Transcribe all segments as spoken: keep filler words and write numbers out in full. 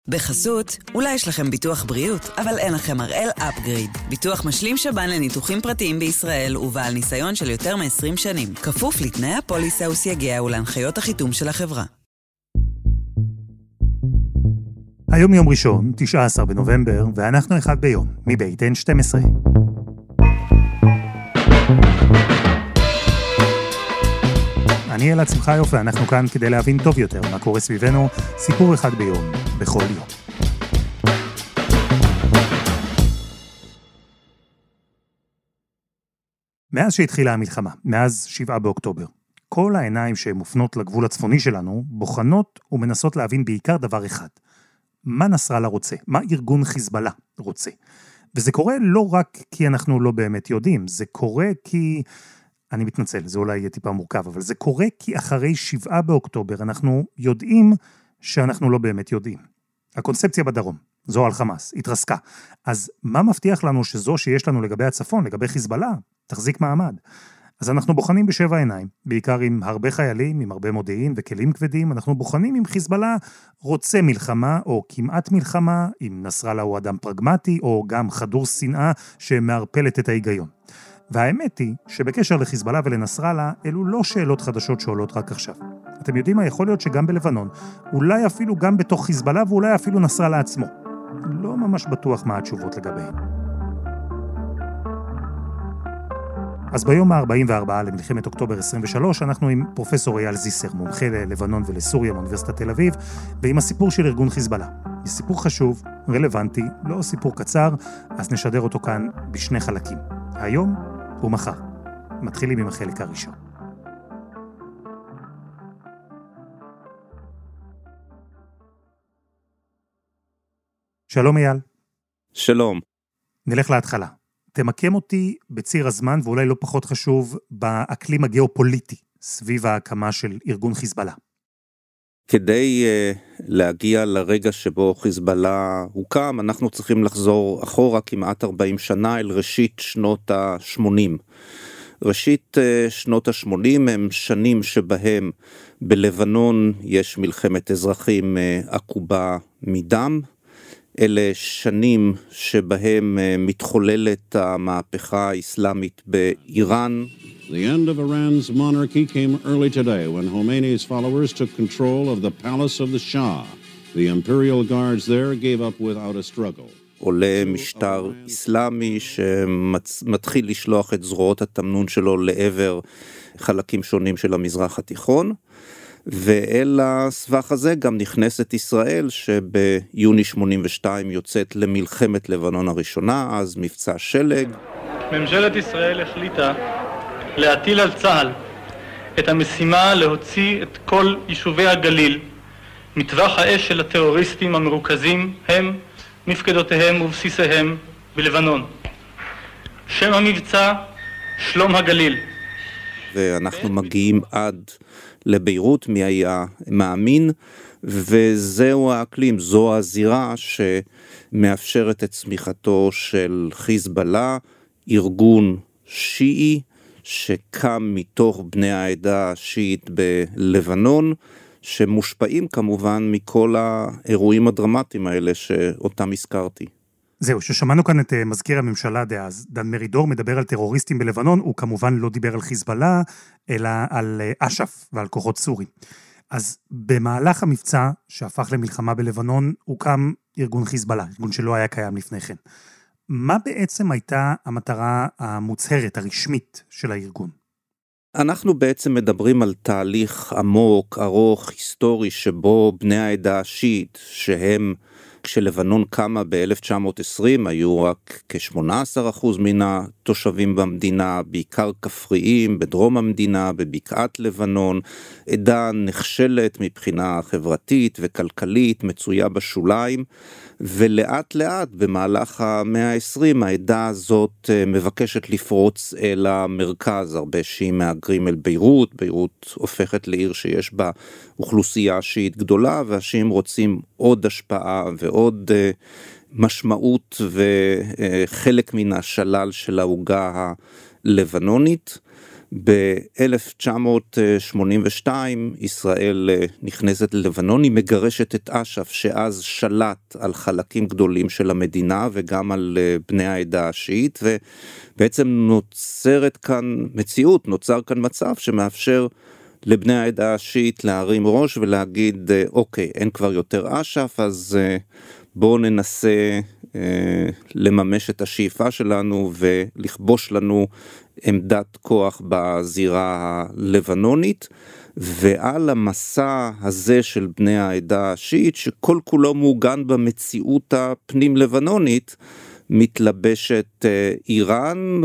בחסות, אולי יש לכם ביטוח בריאות, אבל אין לכם הראל אפגריד. ביטוח משלים שב"ן לניתוחים פרטיים בישראל ובעל ניסיון של יותר מ-עשרים שנים. כפוף לתנאי הפוליסה וסייגיה ולהנחיות החיתום של החברה. היום יום ראשון, תשעה עשר בנובמבר, ואנחנו אחד ביום, מבית אן שתים עשרה. אני אלעד שמחיוף, ואנחנו כאן כדי להבין טוב יותר מה קורה סביבנו, סיפור אחד ביום, בכל יום. מאז שהתחילה המלחמה, מאז שבעה באוקטובר, כל העיניים שמופנות לגבול הצפוני שלנו, בוחנות ומנסות להבין בעיקר דבר אחד. מה נסראללה רוצה? מה ארגון חיזבאללה רוצה? וזה קורה לא רק כי אנחנו לא באמת יודעים, זה קורה כי... אני מתנצל, זה אולי יהיה טיפה מורכב, אבל זה קורה כי אחרי שבעה באוקטובר אנחנו יודעים שאנחנו לא באמת יודעים. הקונספציה בדרום, זו על חמאס, התרסקה. אז מה מבטיח לנו שזו שיש לנו לגבי הצפון, לגבי חיזבאללה, תחזיק מעמד? אז אנחנו בוחנים בשבע עיניים, בעיקר עם הרבה חיילים, עם הרבה מודיעין וכלים כבדים, אנחנו בוחנים אם חיזבאללה רוצה מלחמה או כמעט מלחמה, אם נסראללה הוא אדם פרגמטי או גם חדור שנאה שמערפלת את ההיגיון. והאמת היא שבקשר לחיזבאללה ולנסראללה, אלו לא שאלות חדשות שעולות רק עכשיו. אתם יודעים מה? יכול להיות שגם בלבנון, אולי אפילו גם בתוך חיזבאללה ואולי אפילו נסראללה עצמו. לא ממש בטוח מה התשובות לגביהם. אז ביום ה-ארבעים וארבעה למלחמת אוקטובר עשרים ושלוש, אנחנו עם פרופסור אייל זיסר, מומחה ללבנון ולסוריה מאוניברסיטת תל אביב, ועם הסיפור של ארגון חיזבאללה. זה סיפור חשוב, רלוונטי, לא סיפור קצר, אז נשדר אותו כאן בשני חלקים. היום ומחר. מתחילים עם החלק הראשון. שלום אייל. שלום. נלך להתחלה. תמקם אותי בציר הזמן, ואולי לא פחות חשוב, באקלים הגיאופוליטי, סביב ההקמה של ארגון חיזבאללה. כדי uh, להגיע לרגע שבו חיזבאללה הוקם, אנחנו צריכים לחזור אחורה כמעט ארבעים שנה אל ראשית שנות ה-שמונים. ראשית uh, שנות ה-שמונים הם שנים שבהם בלבנון יש מלחמת אזרחים uh, עקובה מדם, אלה שנים שבהם מתחוללת המהפכה האסלאמית באיראן. The end of Iran's monarchy came early today when Khomeini's followers took control of the palace of the Shah. The imperial guards there gave up without a struggle. עולה משטר אסלאמי שמתחיל לשלוח את זרועות התמנון שלו לעבר חלקים שונים של המזרח התיכון. ואל הסבך הזה גם נכנסת ישראל, שביוני שמונים ושתיים יוצאת למלחמת לבנון הראשונה, אז מבצע שלג. ממשלת ישראל החליטה להטיל על צה"ל את המשימה להוציא את כל יישובי הגליל מטווח האש של הטרוריסטים המרוכזים הם מפקדותיהם ובסיסיהם בלבנון. שם המבצע שלום הגליל. ואנחנו מגיעים עד לביירות, מי היה מאמין, וזהו האקלים, זו הזירה שמאפשרת את צמיחתו של חיזבאללה, ארגון שיעי שקם מתוך בני העדה השיעית בלבנון, שמושפעים כמובן מכל האירועים הדרמטיים האלה שאותם הזכרתי. זהו, ששמענו כאן את מזכיר הממשלה דאז, דן מרידור מדבר על טרוריסטים בלבנון, הוא כמובן לא דיבר על חיזבאללה, אלא על אש"ף ועל כוחות סורים. אז במהלך המבצע שהפך למלחמה בלבנון, הוקם ארגון חיזבאללה, ארגון שלא היה קיים לפני כן. מה בעצם הייתה המטרה המוצהרת, הרשמית של הארגון? אנחנו בעצם מדברים על תהליך עמוק, ארוך, היסטורי, שבו בני העדה השיעית, שהם כשלבנון קמה ב-אלף תשע מאות עשרים, היו רק כ-שמונה עשר אחוז מן התושבים במדינה, בעיקר כפריים, בדרום המדינה, בבקעת לבנון, עדה נחשלת מבחינה חברתית וכלכלית, מצויה בשוליים, ולאט לאט במהלך המאה ה-עשרים העדה הזאת מבקשת לפרוץ אל המרכז, הרבה שיעים מהגרים אל ביירות, ביירות הופכת לעיר שיש בה אוכלוסייה שיעית גדולה, והשיעים רוצים עוד השפעה ועוד משמעות וחלק מן השלל של ההוגה הלבנונית, ב-אלף תשע מאות שמונים ושתיים ישראל נכנסת ללבנון, היא מגרשת את אש"ף שאז שלט על חלקים גדולים של המדינה וגם על בני העדה השיעית, ובעצם נוצרת כאן מציאות, נוצר כאן מצב שמאפשר לבני העדה השיעית להרים ראש ולהגיד אוקיי, אין כבר יותר אש"ף, אז בואו ננסה לממש את השאיפה שלנו ולכבוש לנו עמדת כוח בזירה הלבנונית, ועל המסע הזה של בני העדה השיעית, שכל כולו מעוגן במציאות הפנים לבנונית, מתלבשת איראן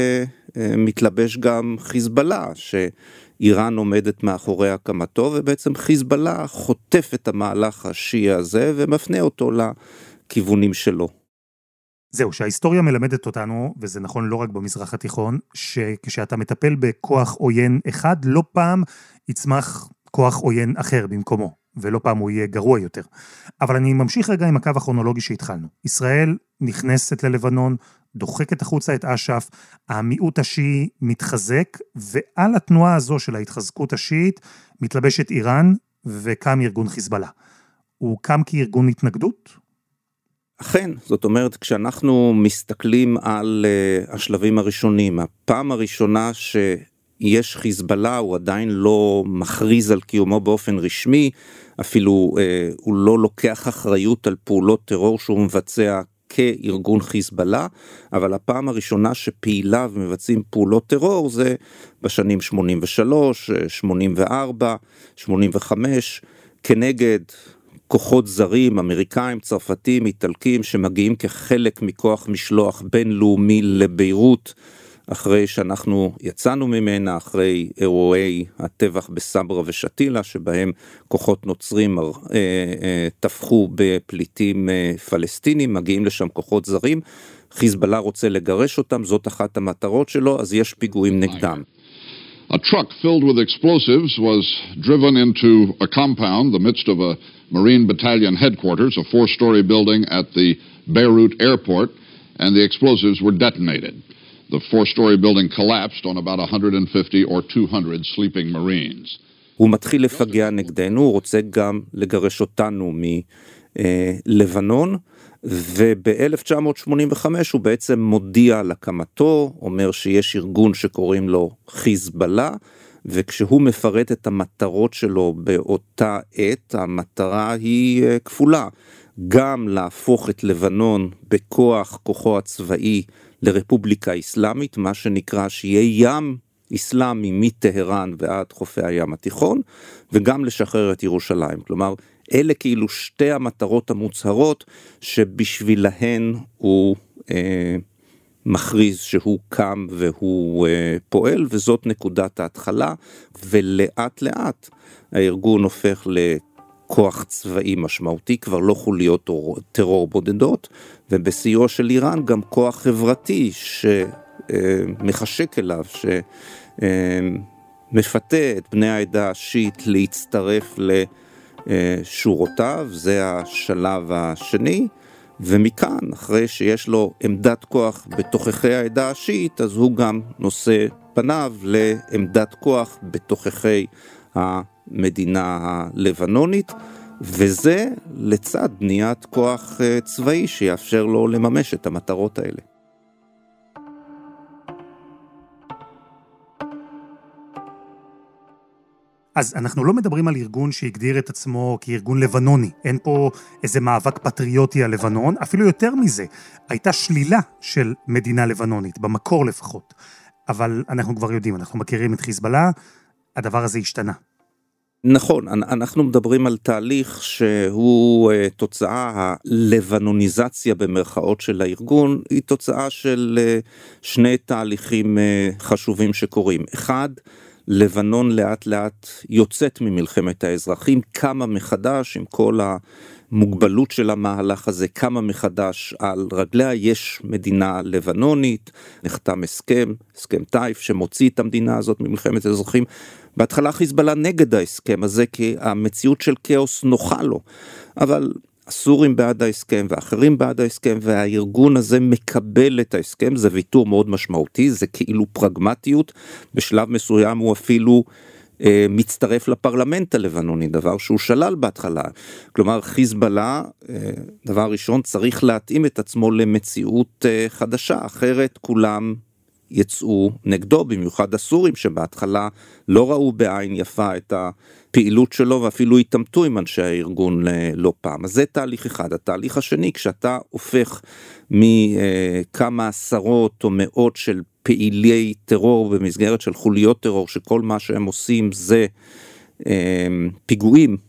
ומתלבש גם חיזבאללה, שאיראן עומדת מאחורי הקמתו, ובעצם חיזבאללה חוטף את המהלך השיעי הזה ומפנה אותו לכיוונים שלו. זהו, שההיסטוריה מלמדת אותנו, וזה נכון לא רק במזרח התיכון, שכשאתה מטפל בכוח עוין אחד, לא פעם יצמח כוח עוין אחר במקומו, ולא פעם הוא יהיה גרוע יותר. אבל אני ממשיך רגע עם הקו הכרונולוגי שהתחלנו. ישראל נכנסת ללבנון, דוחקת החוצה את אש"ף, המיעוט השיעי מתחזק, ועל התנועה הזו של ההתחזקות השיעית מתלבשת איראן, וקם ארגון חיזבאללה. הוא קם כארגון התנגדות? אכן, זאת אומרת, כשאנחנו מסתכלים על uh, השלבים הראשונים, הפעם הראשונה שיש חיזבאללה, הוא עדיין לא מכריז על קיומו באופן רשמי, אפילו uh, הוא לא לוקח אחריות על פעולות טרור שהוא מבצע כארגון חיזבאללה, אבל הפעם הראשונה שפעיליו מבצעים פעולות טרור זה בשנים שמונים ושלוש, שמונים וארבע, שמונים וחמש, כנגד כוחות זרים, אמריקאים, צרפתים, איטלקים, שמגיעים כחלק מכוח משלוח בינלאומי לביירות, אחרי שאנחנו יצאנו ממנה, אחרי אירועי הטבח בסברה ושתילה, שבהם כוחות נוצרים אה, אה, תפחו בפליטים אה, פלסטינים, מגיעים לשם כוחות זרים, חיזבאללה רוצה לגרש אותם, זאת אחת המטרות שלו, אז יש פיגועים נגדם. A truck filled with explosives was driven into a compound, the midst of a Marine Battalion headquarters, a four-story building at the Beirut airport, and the explosives were detonated. The four-story building collapsed on about one hundred fifty or two hundred sleeping Marines. הוא מתחיל לפגע נגדנו, הוא רוצה גם לגרש אותנו מלבנון, וב-אלף תשע מאות שמונים וחמש הוא בעצם מודיע על הקמתו, אומר שיש ארגון שקוראים לו חיזבאללה, וכשהוא מפרט את המטרות שלו באותה עת, המטרה היא כפולה, גם להפוך את לבנון בכוח כוחו הצבאי לרפובליקה איסלאמית, מה שנקרא שיהיה ים איסלאמי מטהרן ועד חופי הים התיכון, וגם לשחרר את ירושלים. כלומר, אלה כאילו שתי המטרות המוצהרות שבשבילהן הוא אה, מכריז שהוא קם והוא אה, פועל, וזאת נקודת ההתחלה, ולאט לאט הארגון הופך לכוח צבאי משמעותי, כבר לא חוליות טרור, טרור בודדות, ובסיוע של איראן גם כוח חברתי שמחשק אליו, שמפתה את בני העדה השיעית להצטרף ל שורותיו, זה השלב השני, ומכאן, אחרי שיש לו עמדת כוח בתוככי העדה השיעית, אז הוא גם נושא פניו לעמדת כוח בתוככי המדינה הלבנונית, וזה לצד בניית כוח צבאי שיאפשר לו לממש את המטרות האלה. אז אנחנו לא מדברים על ארגון שהגדיר את עצמו כארגון לבנוני. אין פה איזה מאבק פטריוטי על לבנון, אפילו יותר מזה. הייתה שלילה של מדינה לבנונית, במקור לפחות. אבל אנחנו כבר יודעים, אנחנו מכירים את חיזבאללה, הדבר הזה השתנה. נכון, אנחנו מדברים על תהליך שהוא תוצאה, הלבנוניזציה במרכאות של הארגון, היא תוצאה של שני תהליכים חשובים שקורים. אחד, לבנון לאט לאט יוצאת ממלחמת האזרחים, קמה מחדש עם כל המוגבלות של המהלך הזה, קמה מחדש על רגליה, יש מדינה לבנונית, נחתם הסכם, הסכם טייף, שמוציא את המדינה הזאת ממלחמת האזרחים. בהתחלה חיזבאללה נגד ההסכם הזה, כי המציאות של כאוס נוחה לו, אבל הסורים בעד ההסכם ואחרים בעד ההסכם, והארגון הזה מקבל את ההסכם, זה ויתור מאוד משמעותי, זה כאילו פרגמטיות, בשלב מסוים הוא אפילו אה, מצטרף לפרלמנט הלבנוני, דבר שהוא שלל בהתחלה. כלומר, חיזבאללה, אה, דבר ראשון, צריך להתאים את עצמו למציאות אה, חדשה, אחרת כולם יצאו נגדו, במיוחד הסורים שבהתחלה לא ראו בעין יפה את הפעילות שלו, ואפילו התאמתו עם אנשי הארגון לא פעם. אז זה תהליך אחד. התהליך השני, כשאתה הופך מכמה עשרות או מאות של פעילי טרור במסגרת של חוליות טרור, שכל מה שהם עושים זה פיגועים,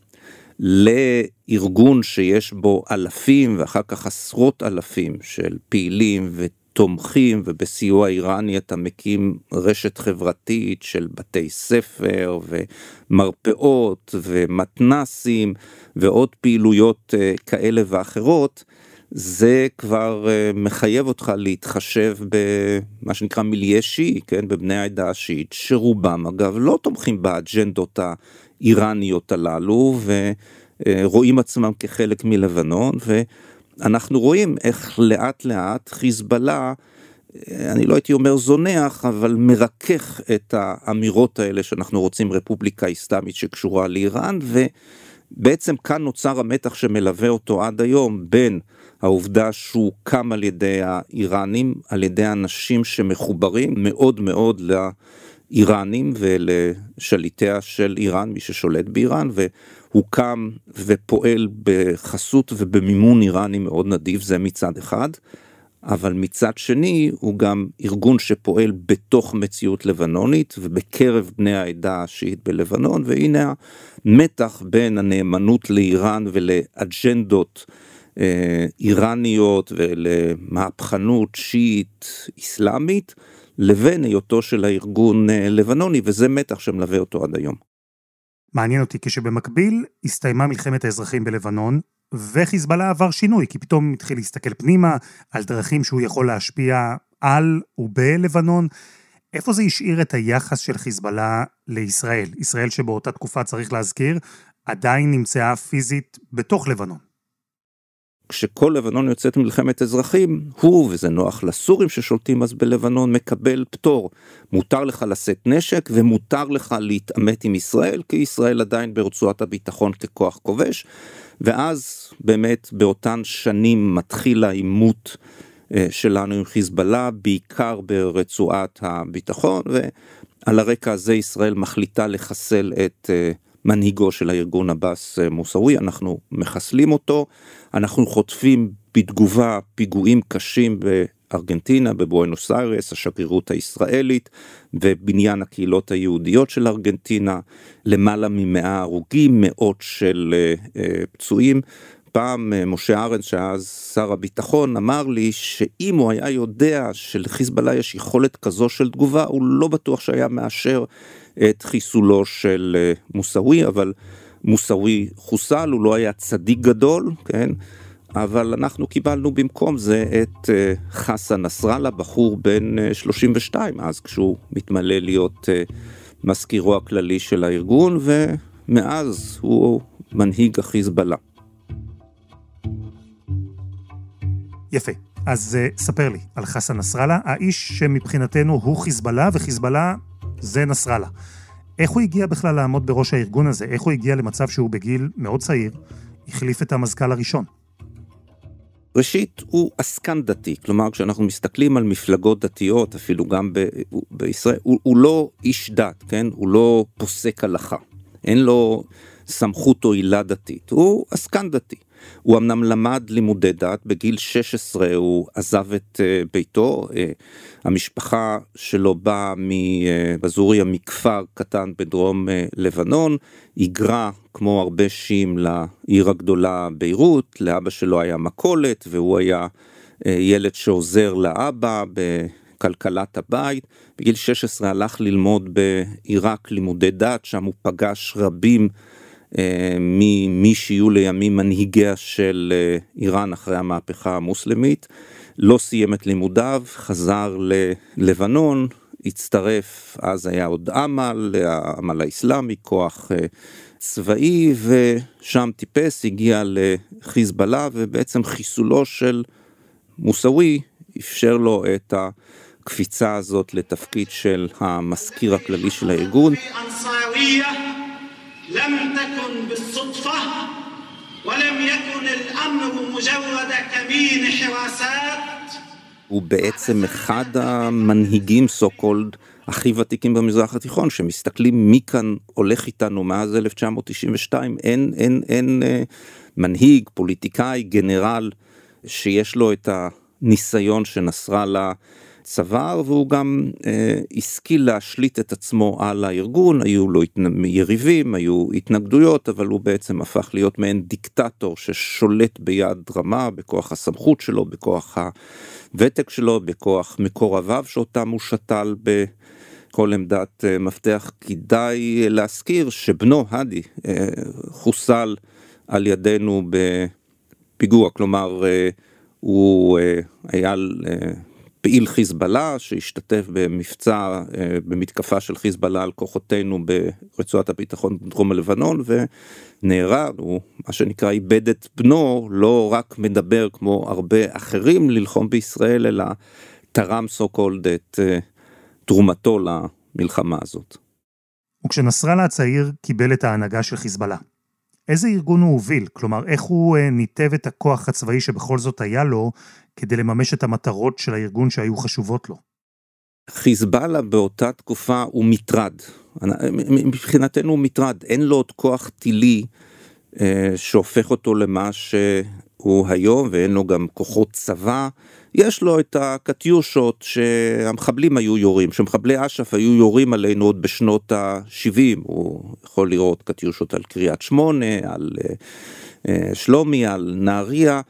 לארגון שיש בו אלפים ואחר כך עשרות אלפים של פעילים ותומכים, ובסיוע איראני אתה מקים רשת חברתית של בתי ספר ומרפאות ומתנסים ועוד פעילויות כאלה ואחרות, זה כבר מחייב אותך להתחשב במה שנקרא מיליה שיעי, כן, בבני העדה השיעית, שרובם אגב לא תומכים באג'נדות האיראניות הללו, ורואים עצמם כחלק מלבנון, ואנחנו רואים איך לאט לאט חיזבאללה, אני לא הייתי אומר זונח, אבל מרכך את האמירות האלה שאנחנו רוצים רפובליקה אסלאמית שקשורה לאיראן, ובעצם כאן נוצר המתח שמלווה אותו עד היום, בין העובדה שהוא קם על ידי האיראנים, על ידי אנשים שמחוברים מאוד מאוד לאיראנים ולשליטיה של איראן, מי ששולט באיראן, והוא קם ופועל בחסות ובמימון איראני מאוד נדיב, זה מצד אחד, אבל מצד שני הוא גם ארגון שפועל בתוך מציאות לבנונית ובקרב בני העדה השיעית בלבנון, והנה המתח בין הנאמנות לאיראן ולאג'נדות איראניות ולמהפכנות שיעית אסלאמית, לבין היותו של הארגון לבנוני, וזה מתח שמלווה אותו עד היום. מעניין אותי, כשבמקביל הסתיימה מלחמת האזרחים בלבנון, וחיזבאללה עבר שינוי, כי פתאום התחיל להסתכל פנימה על דרכים שהוא יכול להשפיע על ובלבנון. איפה זה השאיר את היחס של חיזבאללה לישראל? ישראל שבאותה תקופה צריך להזכיר, עדיין נמצאה פיזית בתוך לבנון. כשכל לבנון יוצאת מלחמת אזרחים, הוא, וזה נוח לסורים ששולטים אז בלבנון, מקבל פטור. מותר לך לשאת נשק, ומותר לך להתעמת עם ישראל, כי ישראל עדיין ברצועת הביטחון ככוח כובש, ואז באמת באותן שנים מתחיל העימות שלנו עם חיזבאללה, בעיקר ברצועת הביטחון, ועל הרקע הזה ישראל מחליטה לחסל את מנהיגו של הארגון עבאס מוסאווי, אנחנו מחסלים אותו, אנחנו חוטפים בתגובה פיגועים קשים בארגנטינה, בבואנוס איירס, השגרירות הישראלית, ובניין הקהילות היהודיות של ארגנטינה, למעלה ממאה הרוגים, מאות של uh, פצועים. פעם משה ארנס, שאז שר הביטחון, אמר לי שאם הוא היה יודע שלחיזבאללה יש יכולת כזו של תגובה, הוא לא בטוח שהיה מאשר את חיסולו של מוסאווי, אבל מוסאווי חוסל, הוא לא היה צדיק גדול, כן? אבל אנחנו קיבלנו במקום זה את חסן נסראללה, בחור בן שלושים ושתיים, אז כשהוא מתמלא להיות מזכירו הכללי של הארגון, ומאז הוא מנהיג החיזבאללה. יפה, אז ספר לי על חסן נסראללה, האיש שמבחינתנו הוא חיזבאללה, וחיזבאללה זה נסראללה. איך הוא הגיע בכלל לעמוד בראש הארגון הזה? איך הוא הגיע למצב שהוא בגיל מאוד צעיר, החליף את המזכ"ל הראשון? ראשית, הוא עסקן דתי, כלומר, כשאנחנו מסתכלים על מפלגות דתיות, אפילו גם ב- בישראל, הוא, הוא לא איש דת, כן? הוא לא פוסק הלכה. אין לו סמכות או עילה דתית, הוא עסקן דתי. הוא אמנם למד לימודי דת, בגיל שש עשרה הוא עזב את ביתו, המשפחה שלו באה מבזוריה, מכפר קטן בדרום לבנון, היגרה כמו הרבה שיעים לעיר הגדולה ביירות, לאבא שלו היה מכולת, והוא היה ילד שעוזר לאבא בכלכלת הבית. בגיל שש עשרה הלך ללמוד בעיראק לימודי דת, שם הוא פגש רבים ממי שיהיו לימים מנהיגיה של איראן אחרי המהפכה המוסלמית, לא סיים את לימודיו, חזר ללבנון, הצטרף, אז היה עוד עמל, העמל האסלאמי, כוח צבאי, ושם טיפס, הגיע לחיזבאללה, ובעצם חיסולו של מוסאווי אפשר לו את הקפיצה הזאת לתפקיד של המזכיר הכללי של הארגון. لم تكن بالصدفة ولم يكن الأمر مجرد كمين حراسات. הוא בעצם אחד המנהיגים סו-קולד הכי ותיקים במזרח התיכון, שמסתכלים מי כאן הולך איתנו מאז אלף תשע מאות תשעים ושתיים, אין, אין, אין אה, מנהיג, פוליטיקאי, גנרל, שיש לו את הניסיון שנסראללה צבר, והוא גם אה, השכיל להשליט את עצמו על הארגון, היו לו יריבים, היו התנגדויות, אבל הוא בעצם הפך להיות מעין דיקטטור ששולט ביד רמה, בכוח הסמכות שלו, בכוח הוותק שלו, בכוח מקורביו שאותם הוא שתל בכל עמדת אה, מפתח. כדאי להזכיר שבנו הדי אה, חוסל על ידינו בפיגוע, כלומר אה, הוא אה, היה אה, פעיל חיזבאללה שהשתתף במבצע, במתקפה של חיזבאללה על כוחותינו ברצועת הביטחון בדרום הלבנון, ונהרג, הוא מה שנקרא איבד את בנו, לא רק מדבר כמו הרבה אחרים ללחום בישראל, אלא תרם סו-קולד את תרומתו למלחמה הזאת. וכשנסראללה הצעיר קיבל את ההנהגה של חיזבאללה, איזה ארגון הוא הוביל? כלומר, איך הוא ניתב את הכוח הצבאי שבכל זאת היה לו, כדי לממש את המטרות של הארגון שהיו חשובות לו? חיזבאללה באותה תקופה הוא מטרד. מבחינתנו הוא מטרד. אין לו עוד כוח טילי אה, שהופך אותו למה שהוא היום, ואין לו גם כוחות צבא. יש לו את הקטיושות שהמחבלים היו יורים, שמחבלי אש"ף היו יורים עלינו עוד בשנות ה-שבעים. הוא יכול לראות קטיושות על קריית שמונה, על אה, שלומי, על נהריה.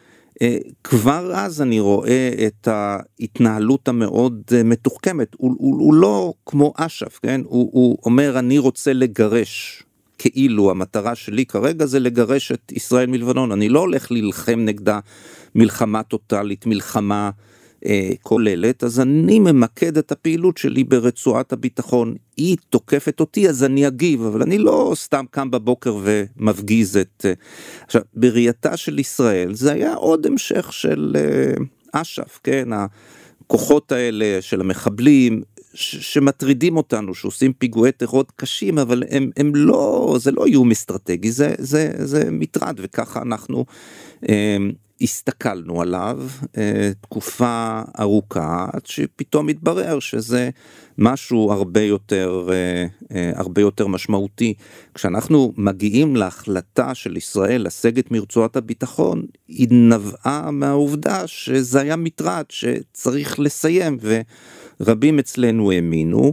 כבר אז אני רואה את ההתנהלות המאוד מתוחכמת, הוא, הוא, הוא לא כמו אש"ף, כן? הוא, הוא אומר אני רוצה לגרש, כאילו המטרה שלי כרגע זה לגרש את ישראל מלבנון, אני לא הולך ללחם נגדה מלחמה טוטלית, מלחמה אה, כוללת, אז אני ממקד את הפעילות שלי ברצועת הביטחון, היא תוקפת אותי אז אני אגיב, אבל אני לא סתם קם בבוקר ומפגיז את... אה, עכשיו, בראייתה של ישראל זה היה עוד המשך של אה, אש"ף, כן, הכוחות האלה של המחבלים, ש- שמטרידים אותנו, שעושים פיגועי טרור קשים, אבל הם, הם לא, זה לא איום אסטרטגי, זה, זה, זה מטרד, וככה אנחנו... אה, הסתכלנו עליו אה, תקופה ארוכה, עד שפתאום התברר שזה משהו הרבה יותר, אה, אה, הרבה יותר משמעותי. כשאנחנו מגיעים להחלטה של ישראל לסגת מרצועת הביטחון, היא נבעה מהעובדה שזה היה מטרד שצריך לסיים, ורבים אצלנו האמינו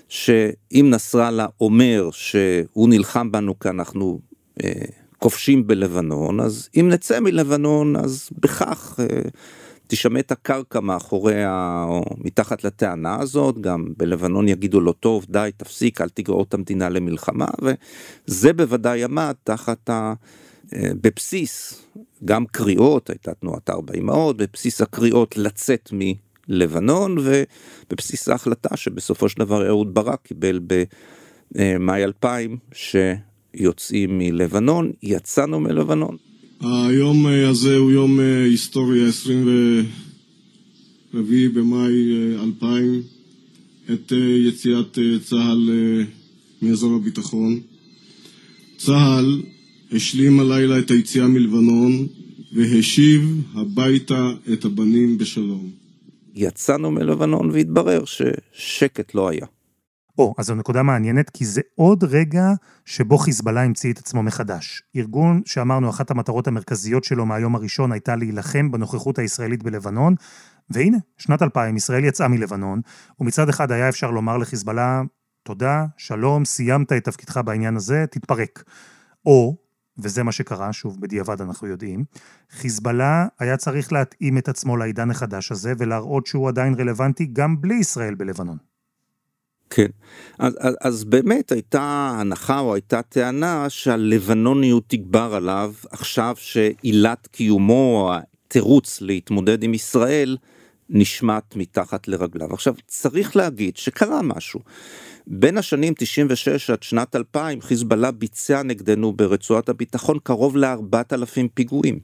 שאם נסראללה אומר שהוא נלחם בנו כי אנחנו... אה, כובשים בלבנון, אז אם נצא מלבנון, אז בכך אה, תשמט הקרקע מאחורי, ה... או מתחת לטענה הזאת, גם בלבנון יגידו לו טוב, די, תפסיק, אל תגרור את המדינה למלחמה, וזה בוודאי עמד תחת ה... אה, בבסיס, גם קריאות, הייתה תנועת ארבע אמהות, בבסיס הקריאות לצאת מלבנון, ובבסיס ההחלטה שבסופו של דבר אהוד ברק קיבל במאי אלפיים, ש... יוצאים מלבנון, יצאנו מלבנון. היום הזה הוא יום היסטורי, עשרים ורביעי במאי אלפיים, את יציאת צה"ל מאזור הביטחון. צה"ל השלים הלילה את היציאה מלבנון, והשיב הביתה את הבנים בשלום. יצאנו מלבנון והתברר ששקט לא היה. או, אז זו נקודה מעניינת, כי זה עוד רגע שבו חיזבאללה המציא את עצמו מחדש. ארגון שאמרנו, אחת המטרות המרכזיות שלו מהיום הראשון הייתה להילחם בנוכחות הישראלית בלבנון, והנה, שנת אלפיים, ישראל יצאה מלבנון, ומצד אחד היה אפשר לומר לחיזבאללה, תודה, שלום, סיימת את תפקידך בעניין הזה, תתפרק. או, וזה מה שקרה, שוב בדיעבד אנחנו יודעים, חיזבאללה היה צריך להתאים את עצמו לעידן החדש הזה, ולהראות שהוא עדיין רלוונטי גם בלי ישראל בלבנון. כן, אז, אז, אז באמת הייתה הנחה או הייתה טענה שהלבנוניות תגבר עליו, עכשיו שעילת קיומו, התירוץ להתמודד עם ישראל, נשמט מתחת לרגליו. עכשיו, צריך להגיד שקרה משהו. בין השנים תשעים ושש עד שנת אלפיים, חיזבאללה ביצע נגדנו ברצועת הביטחון קרוב ל-ארבעת אלפים פיגועים.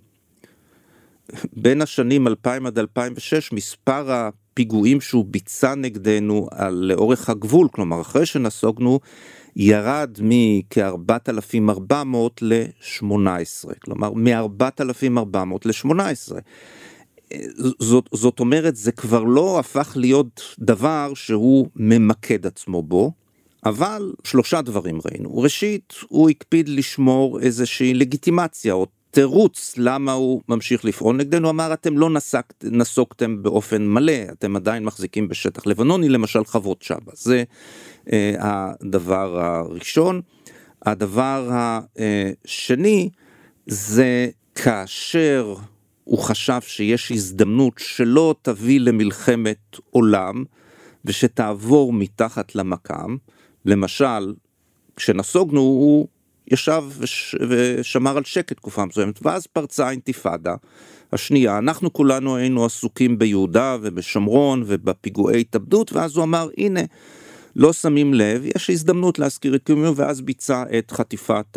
בין השנים אלפיים עד אלפיים ושש, מספר הפיגועים שהוא ביצע נגדנו על לאורך הגבול, כלומר, אחרי שנסוגנו, ירד מכ-ארבעת אלפים וארבע מאות ל-שמונה עשרה. כלומר, מ-ארבעת אלפים וארבע מאות ל-שמונה עשרה. זאת, זאת אומרת, זה כבר לא הפך להיות דבר שהוא ממקד עצמו בו, אבל שלושה דברים ראינו. ראשית, הוא הקפיד לשמור איזושהי לגיטימציה או תירוץ למה הוא ממשיך לפעול נגדנו. אמר, אתם לא נסק, נסוקתם באופן מלא, אתם עדיין מחזיקים בשטח לבנוני, למשל חוות שבא. זה אה, הדבר הראשון. הדבר השני, זה כאשר הוא חשב שיש הזדמנות שלא תביא למלחמת עולם, ושתעבור מתחת למקם. למשל, כשנסוגנו, הוא ישב וש... ושמר על שקט תקופה מסוימת, ואז פרצה האינתיפאדה השנייה. אנחנו כולנו היינו עסוקים ביהודה ובשומרון ובפיגועי התאבדות, ואז הוא אמר, הנה, לא שמים לב, יש הזדמנות להזכיר את קיומו, ואז ביצע את חטיפת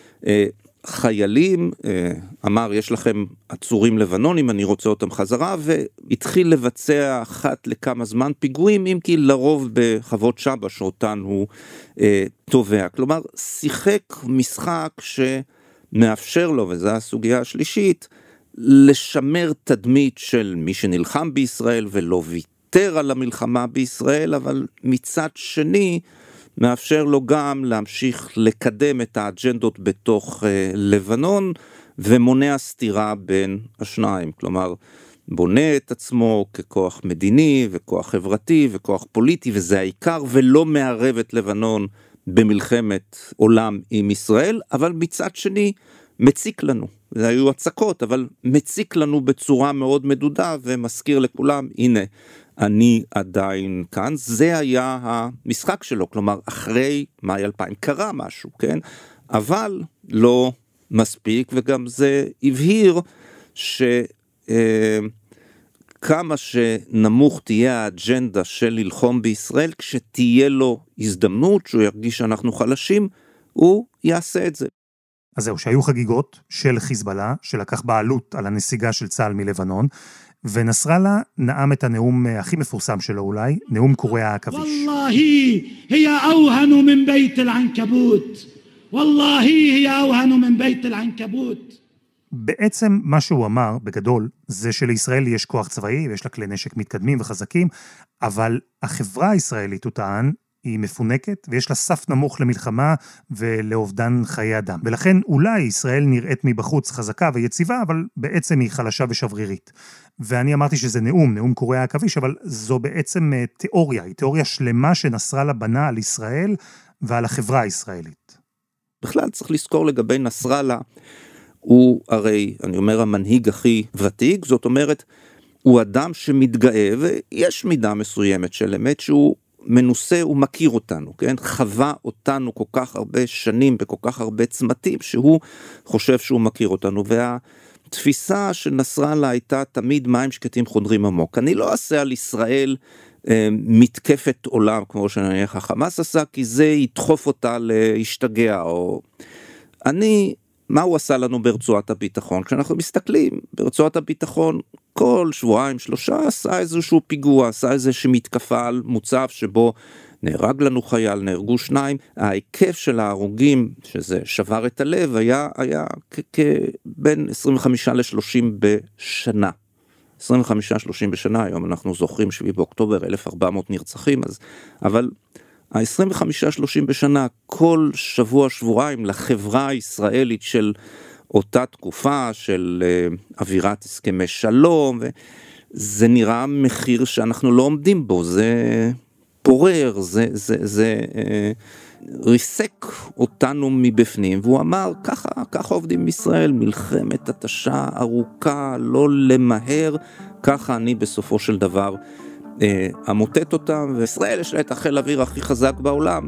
החיילים, אמר, יש לכם עצורים לבנונים, אני רוצה אותם חזרה, והתחיל לבצע אחת לכמה זמן פיגועים, אם כי לרוב בחוות שבא שאותן הוא תובע. כלומר, שיחק משחק שמאפשר לו, וזו הסוגיה השלישית, לשמר תדמית של מי שנלחם בישראל ולא ויתר על המלחמה בישראל, אבל מצד שני מאפשר לו גם להמשיך לקדם את האג'נדות בתוך אה, לבנון, ומונע סתירה בין השניים. כלומר, בונה את עצמו ככוח מדיני וכוח חברתי וכוח פוליטי, וזה העיקר, ולא מערב את לבנון במלחמת עולם עם ישראל, אבל מצד שני מציק לנו. זה היו הצקות, אבל מציק לנו בצורה מאוד מדודה, ומזכיר לכולם, הנה, אני עדיין כאן. זה היה המשחק שלו, כלומר, אחרי מאי אלפיים קרה משהו, כן? אבל לא מספיק, וגם זה הבהיר שכמה שנמוך תהיה האג'נדה של ללחום בישראל, כשתהיה לו הזדמנות, שהוא ירגיש שאנחנו חלשים, הוא יעשה את זה. אז זהו, שהיו חגיגות של חיזבאללה, שלקח בעלות על הנסיגה של צה"ל מלבנון, ונסראללה נאם את הנאום הכי מפורסם שלו אולי, נאום קורי העכביש. וואלהי, היא אוהנו מן בית אל-ענקבוט. וואלהי, היא אוהנו מן בית אל-ענקבוט. בעצם מה שהוא אמר, בגדול, זה שלישראל יש כוח צבאי, ויש לה כלי נשק מתקדמים וחזקים, אבל החברה הישראלית, הוא טען, היא מפונקת, ויש לה סף נמוך למלחמה ולאובדן חיי אדם. ולכן אולי ישראל נראית מבחוץ חזקה ויציבה, אבל בעצם היא חלשה ושברירית. ואני אמרתי שזה נאום, נאום קורי העכביש, אבל זו בעצם תיאוריה, היא תיאוריה שלמה שנסראללה בנה על ישראל ועל החברה הישראלית. בכלל צריך לזכור לגבי נסראללה, הוא הרי, אני אומר, המנהיג הכי ותיק, זאת אומרת, הוא אדם שמתגאה, ויש מידה מסוימת של אמת שהוא מנוסה ומכיר אותנו, כן? חווה אותנו כל כך הרבה שנים, בכל כך הרבה צמתים, שהוא חושב שהוא מכיר אותנו, והתפיסה של נסראללה הייתה תמיד מים שקטים חודרים עמוק. אני לא אעשה על ישראל אה, מתקפת עולם, כמו שנניח החמאס עשה, כי זה ידחוף אותה להשתגע, או... אני... מה הוא עשה לנו ברצועת הביטחון? כשאנחנו מסתכלים, ברצועת הביטחון, כל שבועיים, שלושה, עשה איזשהו פיגוע, עשה איזושהי מתקפה על מוצב שבו נהרג לנו חייל, נהרגו שניים. ההיקף של ההרוגים, שזה שבר את הלב, היה, היה בין עשרים וחמישה לשלושים בשנה. עשרים וחמישה שלושים בשנה, היום אנחנו זוכרים שביעי באוקטובר, אלף וארבע מאות נרצחים, אז, אבל ה-עשרים וחמישה שלושים בשנה, כל שבוע שבועיים לחברה הישראלית של אותה תקופה של uh, אווירת הסכמי שלום, זה נראה מחיר שאנחנו לא עומדים בו, זה פורר, זה, זה, זה uh, ריסק אותנו מבפנים, והוא אמר, ככה, ככה עובדים בישראל, מלחמת התשה ארוכה, לא למהר, ככה אני בסופו של דבר המוטט אותם, וישראל יש לה את החיל האוויר הכי חזק בעולם,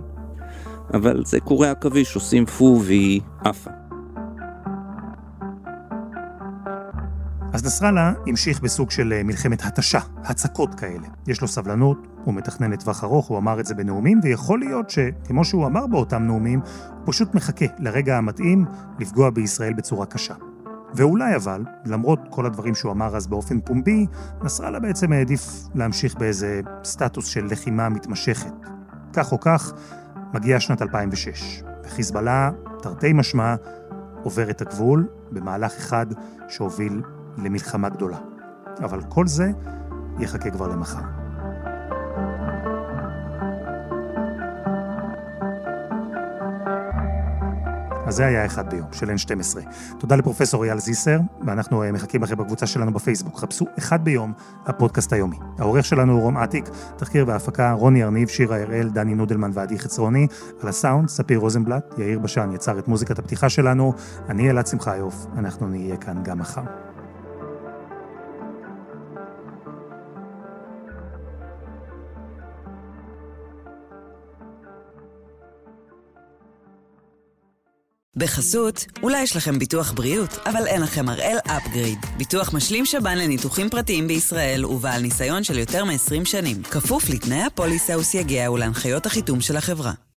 אבל זה קורי העכביש, עושים פו והיא עפה. אז נסראללה המשיך בסוג של מלחמת התשה, הצקות כאלה. יש לו סבלנות, הוא מתכנן לטווח ארוך, הוא אמר את זה בנאומים, ויכול להיות שכמו שהוא אמר באותם נאומים, הוא פשוט מחכה לרגע המתאים לפגוע בישראל בצורה קשה. ואולי אבל, למרות כל הדברים שהוא אמר אז באופן פומבי, נסראללה בעצם העדיף להמשיך באיזה סטטוס של לחימה מתמשכת. כך או כך, מגיעה שנת אלפיים ושש, וחיזבאללה, תרתי משמע, עובר את הגבול במהלך אחד שהוביל למלחמה גדולה. אבל כל זה יחכה כבר למחר. אז זה היה אחד ביום של אן שתים עשרה. תודה לפרופסור אייל זיסר, ואנחנו מחכים לכם בקבוצה שלנו בפייסבוק. חפשו אחד ביום, הפודקאסט היומי. העורך שלנו הוא רום עתיק, תחקיר והפקה רוני ארניב, שירה הראל, דני נודלמן ועדי חצרוני, על הסאונד, ספיר רוזנבלט, יאיר בשן יצר את מוזיקת הפתיחה שלנו, אני אלעד שמחיוף, אנחנו נהיה כאן גם מחר. בחסות, אולי יש לכם ביטוח בריאות, אבל אין לכם הראל אפגריד. ביטוח משלים שב"ן לניתוחים פרטיים בישראל ובעל ניסיון של יותר מ-עשרים שנים. כפוף לתנאי הפוליסה וסייגיה ולהנחיות החיתום של החברה.